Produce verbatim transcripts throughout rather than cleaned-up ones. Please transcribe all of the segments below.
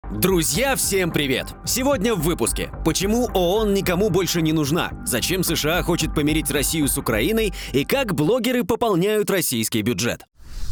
Друзья, всем привет! Сегодня в выпуске. Почему ООН никому больше не нужна? Зачем США хочет помирить Россию с Украиной? И как блогеры пополняют российский бюджет?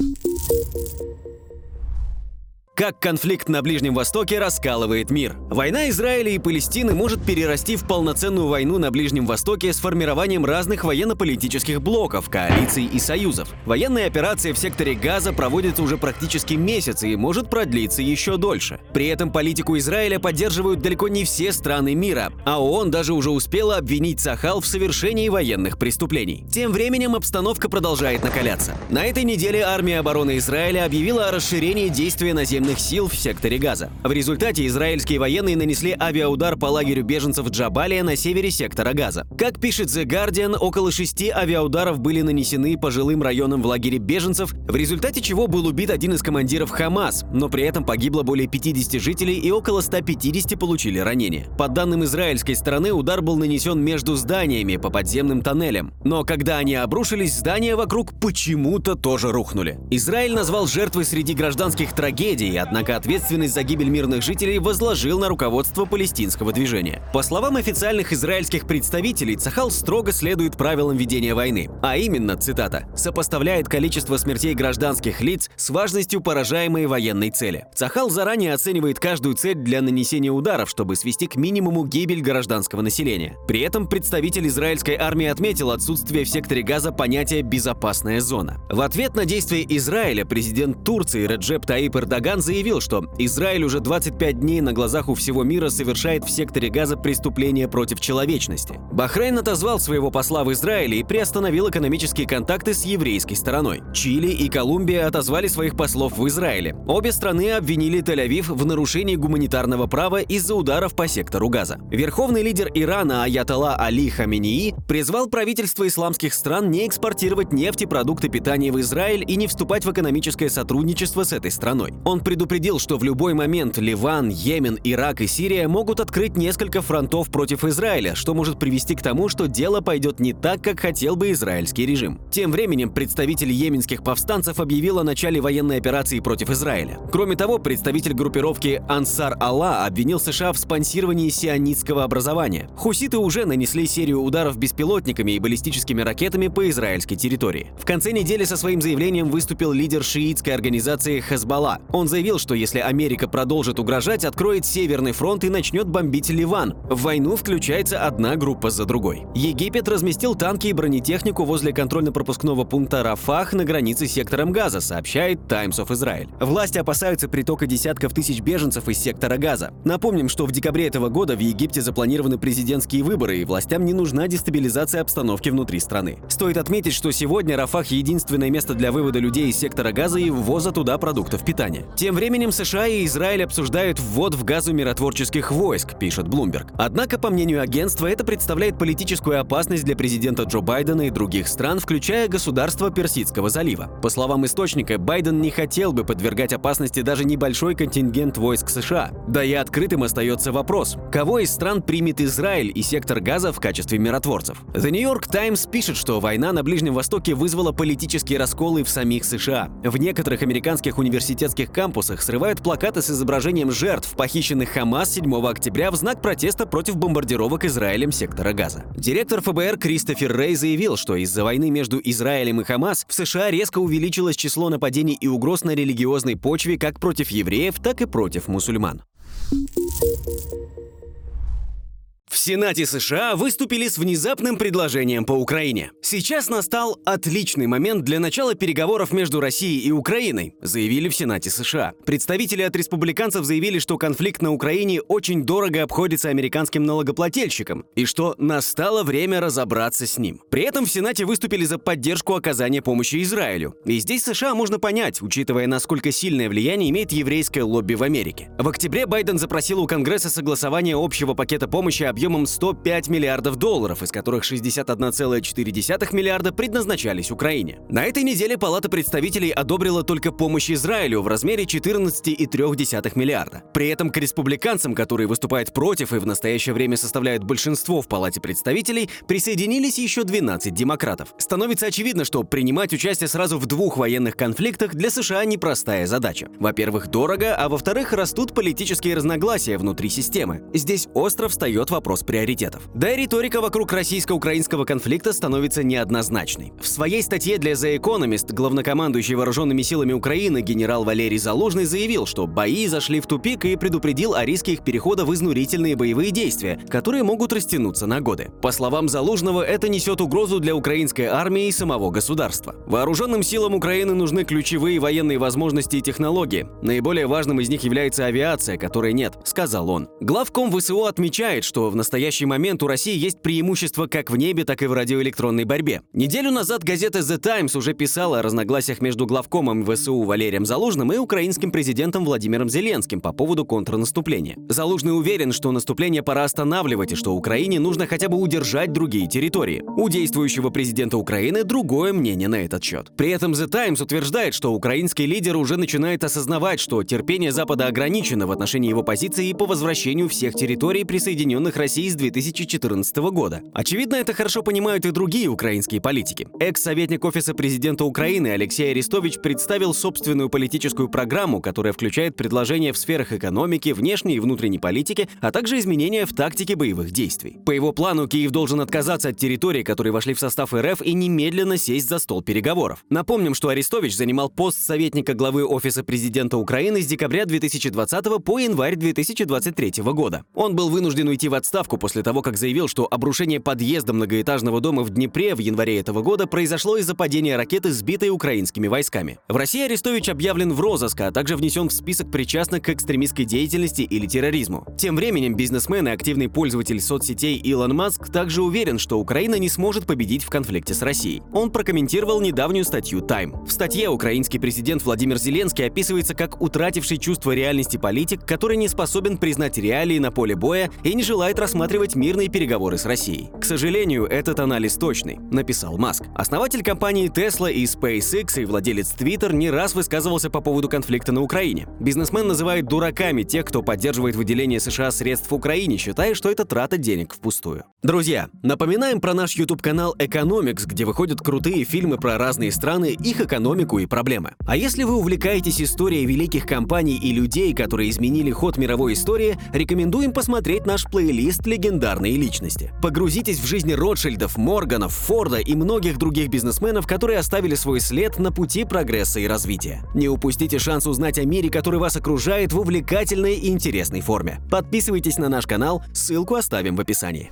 Как конфликт на Ближнем Востоке раскалывает мир. Война Израиля и Палестины может перерасти в полноценную войну на Ближнем Востоке с формированием разных военно-политических блоков, коалиций и союзов. Военная операция в секторе Газа проводится уже практически месяц и может продлиться еще дольше. При этом политику Израиля поддерживают далеко не все страны мира, а ООН даже уже успела обвинить Цахал в совершении военных преступлений. Тем временем обстановка продолжает накаляться. На этой неделе армия обороны Израиля объявила о расширении действия наземных сил в секторе Газа. В результате израильские военные нанесли авиаудар по лагерю беженцев Джабалия на севере сектора Газа. Как пишет The Guardian, около шести авиаударов были нанесены по жилым районам в лагере беженцев, в результате чего был убит один из командиров Хамас, но при этом погибло более пятидесяти жителей и около ста пятидесяти получили ранения. По данным израильской стороны, удар был нанесен между зданиями по подземным тоннелям. Но когда они обрушились, здания вокруг почему-то тоже рухнули. Израиль назвал жертвы среди гражданских трагедий, однако ответственность за гибель мирных жителей возложил на руководство палестинского движения. По словам официальных израильских представителей, Цахал строго следует правилам ведения войны. А именно, цитата, «сопоставляет количество смертей гражданских лиц с важностью поражаемой военной цели». Цахал заранее оценивает каждую цель для нанесения ударов, чтобы свести к минимуму гибель гражданского населения. При этом представитель израильской армии отметил отсутствие в секторе Газа понятия «безопасная зона». В ответ на действия Израиля президент Турции Реджеп Таип Эрдоган заявил, что Израиль уже двадцать пять дней на глазах у всего мира совершает в секторе Газа преступления против человечности. Бахрейн отозвал своего посла в Израиле и приостановил экономические контакты с еврейской стороной. Чили и Колумбия отозвали своих послов в Израиле. Обе страны обвинили Тель-Авив в нарушении гуманитарного права из-за ударов по сектору Газа. Верховный лидер Ирана Аятолла Али Хаменеи призвал правительства исламских стран не экспортировать нефть и продукты питания в Израиль и не вступать в экономическое сотрудничество с этой страной. Он предупредил, что в любой момент Ливан, Йемен, Ирак и Сирия могут открыть несколько фронтов против Израиля, что может привести к тому, что дело пойдет не так, как хотел бы израильский режим. Тем временем представитель йеменских повстанцев объявил о начале военной операции против Израиля. Кроме того, представитель группировки Ансар Алла обвинил США в спонсировании сионистского образования. Хуситы уже нанесли серию ударов беспилотниками и баллистическими ракетами по израильской территории. В конце недели со своим заявлением выступил лидер шиитской организации Хезболла. Он заявил, что если Америка продолжит угрожать, откроет Северный фронт и начнет бомбить Ливан. В войну включается одна группа за другой. Египет разместил танки и бронетехнику возле контрольно-пропускного пункта Рафах на границе с сектором Газа, сообщает Times of Israel. Власти опасаются притока десятков тысяч беженцев из сектора Газа. Напомним, что в декабре этого года в Египте запланированы президентские выборы, и властям не нужна дестабилизация обстановки внутри страны. Стоит отметить, что сегодня Рафах — единственное место для вывода людей из сектора Газа и ввоза туда продуктов питания. Тем временем США и Израиль обсуждают ввод в Газу миротворческих войск, пишет Bloomberg. Однако, по мнению агентства, это представляет политическую опасность для президента Джо Байдена и других стран, включая государство Персидского залива. По словам источника, Байден не хотел бы подвергать опасности даже небольшой контингент войск США. Да и открытым остается вопрос, кого из стран примет Израиль и сектор Газа в качестве миротворцев. The New York Times пишет, что война на Ближнем Востоке вызвала политические расколы в самих США. В некоторых американских университетских кампусах срывают плакаты с изображением жертв, похищенных Хамас седьмого октября в знак протеста против бомбардировок Израилем сектора Газа. Директор эф бэ эр Кристофер Рэй заявил, что из-за войны между Израилем и Хамас в США резко увеличилось число нападений и угроз на религиозной почве как против евреев, так и против мусульман. В Сенате США выступили с внезапным предложением по Украине. Сейчас настал отличный момент для начала переговоров между Россией и Украиной, заявили в Сенате США. Представители от республиканцев заявили, что конфликт на Украине очень дорого обходится американским налогоплательщикам и что настало время разобраться с ним. При этом в Сенате выступили за поддержку оказания помощи Израилю. И здесь США можно понять, учитывая, насколько сильное влияние имеет еврейское лобби в Америке. В октябре Байден запросил у Конгресса согласование общего пакета помощи объемом сто пять миллиардов долларов, из которых шестьдесят одна целая четыре десятых миллиарда предназначались Украине. На этой неделе Палата представителей одобрила только помощь Израилю в размере четырнадцать целых три десятых миллиарда. При этом к республиканцам, которые выступают против и в настоящее время составляют большинство в Палате представителей, присоединились еще двенадцать демократов. Становится очевидно, что принимать участие сразу в двух военных конфликтах для США непростая задача. Во-первых, дорого, а во-вторых, растут политические разногласия внутри системы. Здесь остро встает вопрос приоритетов. Да и риторика вокруг российско-украинского конфликта становится неоднозначной. В своей статье для The Economist главнокомандующий вооруженными силами Украины генерал Валерий Залужный заявил, что бои зашли в тупик и предупредил о риске их перехода в изнурительные боевые действия, которые могут растянуться на годы. По словам Залужного, это несет угрозу для украинской армии и самого государства. Вооруженным силам Украины нужны ключевые военные возможности и технологии. Наиболее важным из них является авиация, которой нет, сказал он. Главком ВСУ отмечает, что в настоящий момент у России есть преимущество как в небе, так и в радиоэлектронной борьбе. Неделю назад газета The Times уже писала о разногласиях между главкомом ВСУ Валерием Залужным и украинским президентом Владимиром Зеленским по поводу контрнаступления. Залужный уверен, что наступление пора останавливать и что Украине нужно хотя бы удержать другие территории. У действующего президента Украины другое мнение на этот счет. При этом The Times утверждает, что украинский лидер уже начинает осознавать, что терпение Запада ограничено в отношении его позиции по возвращению всех территорий, присоединенных России с две тысячи четырнадцатого года. Очевидно, это хорошо понимают и другие украинские политики. Экс-советник Офиса президента Украины Алексей Арестович представил собственную политическую программу, которая включает предложения в сферах экономики, внешней и внутренней политики, а также изменения в тактике боевых действий. По его плану, Киев должен отказаться от территорий, которые вошли в состав РФ, и немедленно сесть за стол переговоров. Напомним, что Арестович занимал пост советника главы Офиса президента Украины с декабря две тысячи двадцатого по январь две тысячи двадцать третьего года. Он был вынужден уйти в отставку после того, как заявил, что обрушение подъезда многоэтажного дома в Днепре в январе этого года произошло из-за падения ракеты, сбитой украинскими войсками. В России Арестович объявлен в розыск, а также внесен в список причастных к экстремистской деятельности или терроризму. Тем временем бизнесмен и активный пользователь соцсетей Илон Маск также уверен, что Украина не сможет победить в конфликте с Россией. Он прокомментировал недавнюю статью Time. В статье украинский президент Владимир Зеленский описывается как утративший чувство реальности политик, который не способен признать реалии на поле боя и не желает рассматривать мирные переговоры с Россией. К сожалению, этот анализ точный, написал Маск. Основатель компании Tesla и SpaceX и владелец Twitter не раз высказывался по поводу конфликта на Украине. Бизнесмен называет дураками тех, кто поддерживает выделение США средств в Украине, считая, что это трата денег впустую. Друзья, напоминаем про наш YouTube-канал Economics, где выходят крутые фильмы про разные страны, их экономику и проблемы. А если вы увлекаетесь историей великих компаний и людей, которые изменили ход мировой истории, рекомендуем посмотреть наш плейлист «Легендарные личности». Погрузитесь в жизни Ротшильдов, Морганов, Форда и многих других бизнесменов, которые оставили свой след на пути прогресса и развития. Не упустите шанс узнать о мире, который вас окружает в увлекательной и интересной форме. Подписывайтесь на наш канал, ссылку оставим в описании.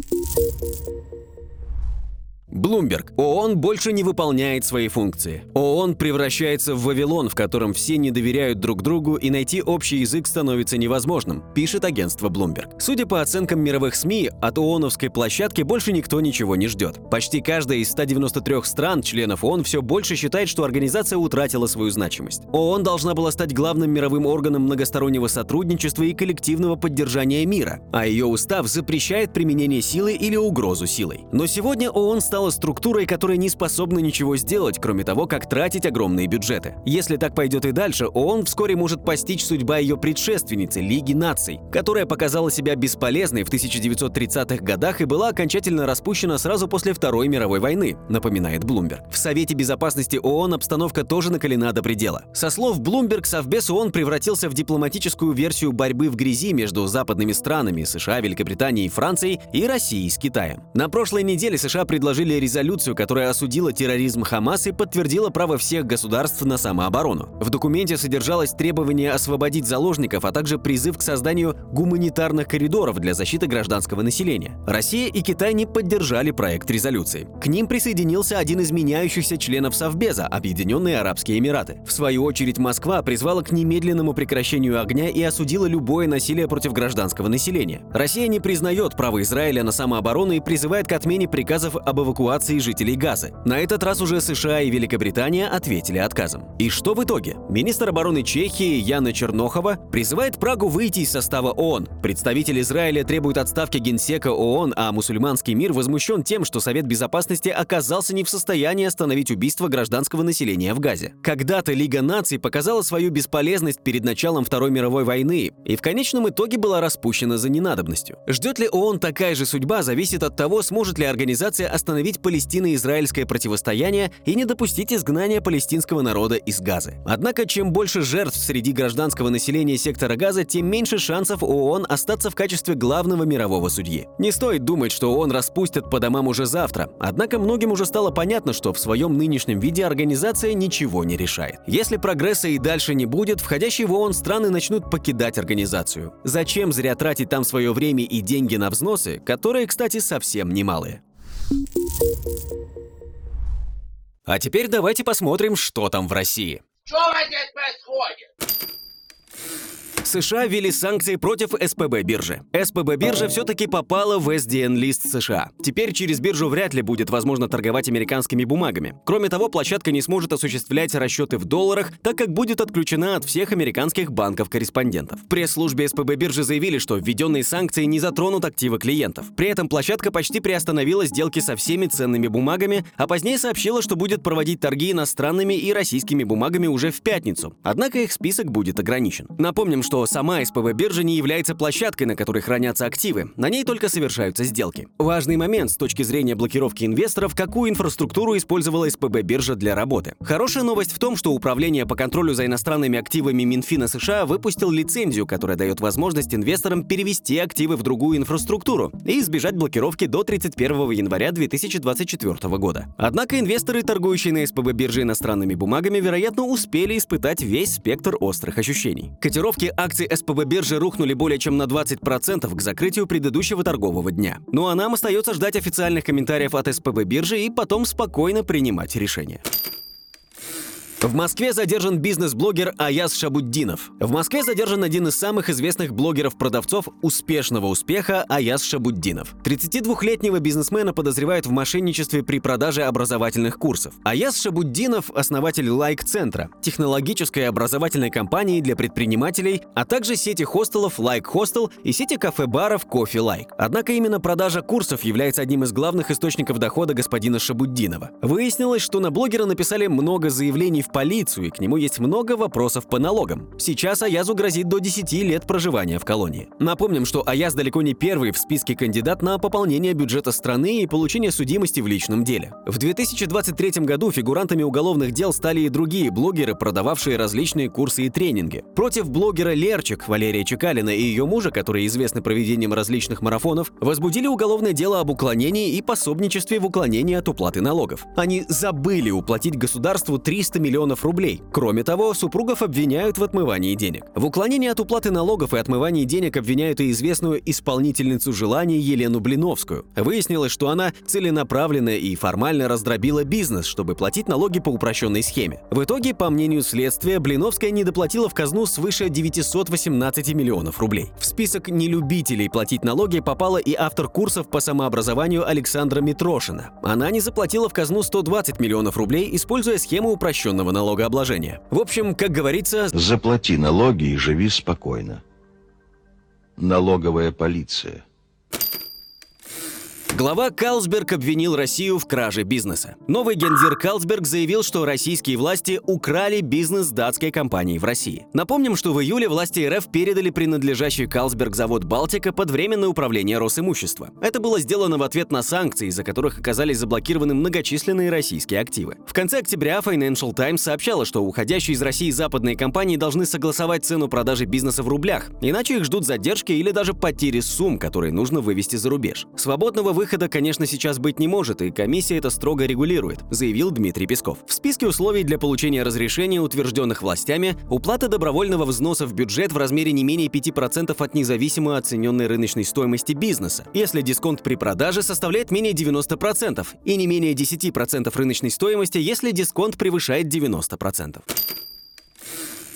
Bloomberg. ООН больше не выполняет свои функции. ООН превращается в Вавилон, в котором все не доверяют друг другу, и найти общий язык становится невозможным, пишет агентство Bloomberg. Судя по оценкам мировых СМИ, от ООНовской площадки больше никто ничего не ждет. Почти каждая из ста девяноста трёх стран, членов ООН, все больше считает, что организация утратила свою значимость. ООН должна была стать главным мировым органом многостороннего сотрудничества и коллективного поддержания мира, а ее устав запрещает применение силы или угрозу силой. Но сегодня ООН стала структурой, которая не способна ничего сделать, кроме того, как тратить огромные бюджеты. Если так пойдет и дальше, ООН вскоре может постичь судьба ее предшественницы Лиги наций, которая показала себя бесполезной в тысяча девятьсот тридцатых годах и была окончательно распущена сразу после Второй мировой войны, напоминает Bloomberg. В Совете безопасности ООН обстановка тоже накалена до предела. Со слов Bloomberg, Совбез ООН превратился в дипломатическую версию борьбы в грязи между западными странами США, Великобританией и Францией и Россией с Китаем. На прошлой неделе США предложили резолюцию, которая осудила терроризм Хамас и подтвердила право всех государств на самооборону. В документе содержалось требование освободить заложников, а также призыв к созданию гуманитарных коридоров для защиты гражданского населения. Россия и Китай не поддержали проект резолюции. К ним присоединился один из меняющихся членов Совбеза – Объединенные Арабские Эмираты. В свою очередь, Москва призвала к немедленному прекращению огня и осудила любое насилие против гражданского населения. Россия не признает право Израиля на самооборону и призывает к отмене приказов об эвакуации эвакуации жителей Газы. На этот раз уже США и Великобритания ответили отказом. И что в итоге? Министр обороны Чехии Яна Чернохова призывает Прагу выйти из состава ООН. Представитель Израиля требует отставки генсека ООН, а мусульманский мир возмущен тем, что Совет Безопасности оказался не в состоянии остановить убийство гражданского населения в Газе. Когда-то Лига наций показала свою бесполезность перед началом Второй мировой войны и в конечном итоге была распущена за ненадобностью. Ждет ли ООН такая же судьба, зависит от того, сможет ли организация остановить палестино-израильское противостояние и не допустить изгнания палестинского народа из Газы. Однако, чем больше жертв среди гражданского населения сектора Газа, тем меньше шансов у ООН остаться в качестве главного мирового судьи. Не стоит думать, что ООН распустят по домам уже завтра. Однако многим уже стало понятно, что в своем нынешнем виде организация ничего не решает. Если прогресса и дальше не будет, входящие в ООН страны начнут покидать организацию. Зачем зря тратить там свое время и деньги на взносы, которые, кстати, совсем немалые? А теперь давайте посмотрим, что там в России. Что здесь происходит? США ввели санкции против эс пэ бэ биржи. эс пэ бэ биржа все-таки попала в эс ди эн-лист США. Теперь через биржу вряд ли будет возможно торговать американскими бумагами. Кроме того, площадка не сможет осуществлять расчеты в долларах, так как будет отключена от всех американских банков-корреспондентов. В пресс-службе эс пэ бэ биржи заявили, что введенные санкции не затронут активы клиентов. При этом площадка почти приостановила сделки со всеми ценными бумагами, а позднее сообщила, что будет проводить торги иностранными и российскими бумагами уже в пятницу. Однако их список будет ограничен. Напомним, что что сама эс пэ бэ биржа не является площадкой, на которой хранятся активы. На ней только совершаются сделки. Важный момент с точки зрения блокировки инвесторов, какую инфраструктуру использовала эс пэ бэ биржа для работы. Хорошая новость в том, что Управление по контролю за иностранными активами Минфина США выпустил лицензию, которая дает возможность инвесторам перевести активы в другую инфраструктуру и избежать блокировки до тридцать первого января две тысячи двадцать четвёртого года. Однако инвесторы, торгующие на эс пэ бэ бирже иностранными бумагами, вероятно, успели испытать весь спектр острых ощущений. Котировки акций эс пэ бэ биржи рухнули более чем на двадцать процентов к закрытию предыдущего торгового дня. Ну а нам остается ждать официальных комментариев от эс пэ бэ биржи и потом спокойно принимать решения. В Москве задержан бизнес-блогер Аяз Шабуддинов. В Москве задержан один из самых известных блогеров-продавцов успешного успеха Аяз Шабуддинов. тридцатидвухлетнего бизнесмена подозревают в мошенничестве при продаже образовательных курсов. Аяз Шабуддинов – основатель Лайк-центра, технологической образовательной компании для предпринимателей, а также сети хостелов Like Hostel и сети кафе-баров Coffee Like. Однако именно продажа курсов является одним из главных источников дохода господина Шабуддинова. Выяснилось, что на блогера написали много заявлений в полицию, и к нему есть много вопросов по налогам. Сейчас Аязу грозит до десяти лет проживания в колонии. Напомним, что Аяз далеко не первый в списке кандидат на пополнение бюджета страны и получение судимости в личном деле. В две тысячи двадцать третьем году фигурантами уголовных дел стали и другие блогеры, продававшие различные курсы и тренинги. Против блогера Лерчик, Валерия Чекалина и ее мужа, которые известны проведением различных марафонов, возбудили уголовное дело об уклонении и пособничестве в уклонении от уплаты налогов. Они забыли уплатить государству триста миллионов рублей. Кроме того, супругов обвиняют в отмывании денег. В уклонении от уплаты налогов и отмывании денег обвиняют и известную исполнительницу желаний Елену Блиновскую. Выяснилось, что она целенаправленно и формально раздробила бизнес, чтобы платить налоги по упрощенной схеме. В итоге, по мнению следствия, Блиновская не доплатила в казну свыше девятисот восемнадцати миллионов рублей. В список нелюбителей платить налоги попала и автор курсов по самообразованию Александра Митрошина. Она не заплатила в казну сто двадцать миллионов рублей, используя схему упрощенного налогообложения. В общем, как говорится, заплати налоги и живи спокойно. Налоговая полиция. Глава Калсберг обвинил Россию в краже бизнеса. Новый гендир Калсберг заявил, что российские власти украли бизнес датской компании в России. Напомним, что в июле власти эр эф передали принадлежащий Калсберг завод «Балтика» под временное управление Росимущества. Это было сделано в ответ на санкции, из-за которых оказались заблокированы многочисленные российские активы. В конце октября Financial Times сообщала, что уходящие из России западные компании должны согласовать цену продажи бизнеса в рублях, иначе их ждут задержки или даже потери сумм, которые нужно вывести за рубеж. Свободного выхода Выхода, конечно, сейчас быть не может, и комиссия это строго регулирует, заявил Дмитрий Песков. В списке условий для получения разрешения, утвержденных властями, уплата добровольного взноса в бюджет в размере не менее пяти процентов от независимо оцененной рыночной стоимости бизнеса, если дисконт при продаже составляет менее девяноста процентов, и не менее десяти процентов рыночной стоимости, если дисконт превышает девяносто процентов.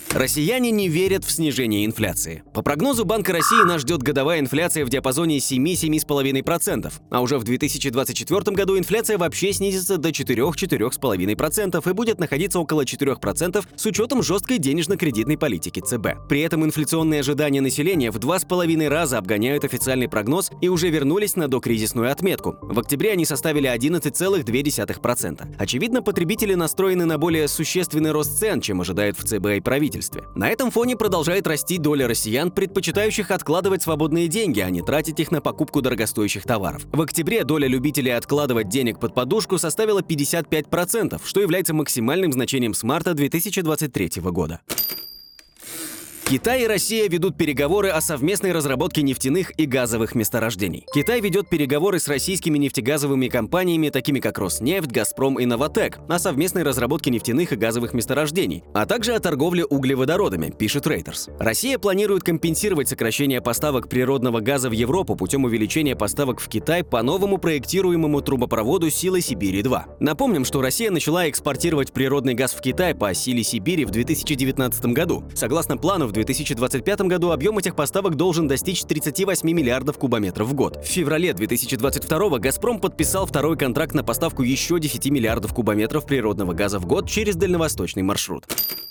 Россияне не верят в снижение инфляции. По прогнозу Банка России нас ждет годовая инфляция в диапазоне семь-семь с половиной процентов, а уже в две тысячи двадцать четвёртом году инфляция вообще снизится до четыре-четыре с половиной процентов и будет находиться около четырёх процентов с учетом жесткой денежно-кредитной политики ЦБ. При этом инфляционные ожидания населения в два с половиной раза обгоняют официальный прогноз и уже вернулись на докризисную отметку. В октябре они составили одиннадцать целых две десятых процента. Очевидно, потребители настроены на более существенный рост цен, чем ожидают в ЦБ и правительстве. На этом фоне продолжает расти доля россиян, предпочитающих откладывать свободные деньги, а не тратить их на покупку дорогостоящих товаров. В октябре доля любителей откладывать денег под подушку составила пятьдесят пять процентов, что является максимальным значением с марта две тысячи двадцать третьего года. Китай и Россия ведут переговоры о совместной разработке нефтяных и газовых месторождений. Китай ведет переговоры с российскими нефтегазовыми компаниями, такими как Роснефть, Газпром и Новатэк, о совместной разработке нефтяных и газовых месторождений, а также о торговле углеводородами, пишет Reuters. Россия планирует компенсировать сокращение поставок природного газа в Европу путем увеличения поставок в Китай по новому проектируемому трубопроводу «Сила Сибири-два». Напомним, что Россия начала экспортировать природный газ в Китай по «Силе Сибири» в две тысячи девятнадцатом году. Согласно плану, в две тысячи двадцать пятом году объем этих поставок должен достичь тридцати восьми миллиардов кубометров в год. В феврале две тысячи двадцать второго «Газпром» подписал второй контракт на поставку еще десяти миллиардов кубометров природного газа в год через дальневосточный маршрут.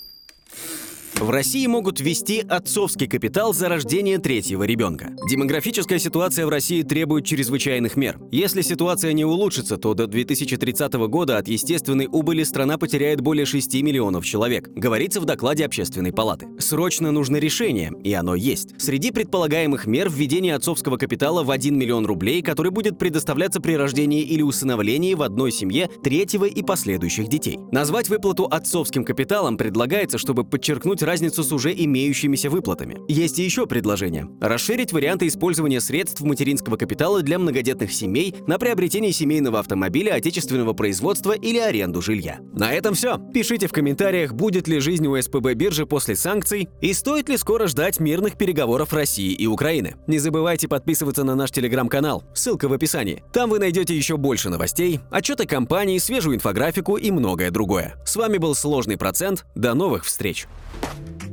В России могут ввести отцовский капитал за рождение третьего ребенка. Демографическая ситуация в России требует чрезвычайных мер. Если ситуация не улучшится, то до две тысячи тридцатого года от естественной убыли страна потеряет более шести миллионов человек, говорится в докладе Общественной палаты. Срочно нужно решение, и оно есть. Среди предполагаемых мер введение отцовского капитала в один миллион рублей, который будет предоставляться при рождении или усыновлении в одной семье третьего и последующих детей. Назвать выплату отцовским капиталом предлагается, чтобы подчеркнуть разницу с уже имеющимися выплатами. Есть и еще предложение – расширить варианты использования средств материнского капитала для многодетных семей на приобретение семейного автомобиля отечественного производства или аренду жилья. На этом все. Пишите в комментариях, будет ли жизнь у СПБ биржи после санкций и стоит ли скоро ждать мирных переговоров России и Украины. Не забывайте подписываться на наш телеграм-канал, ссылка в описании. Там вы найдете еще больше новостей, отчеты компаний, свежую инфографику и многое другое. С вами был Сложный процент. До новых встреч!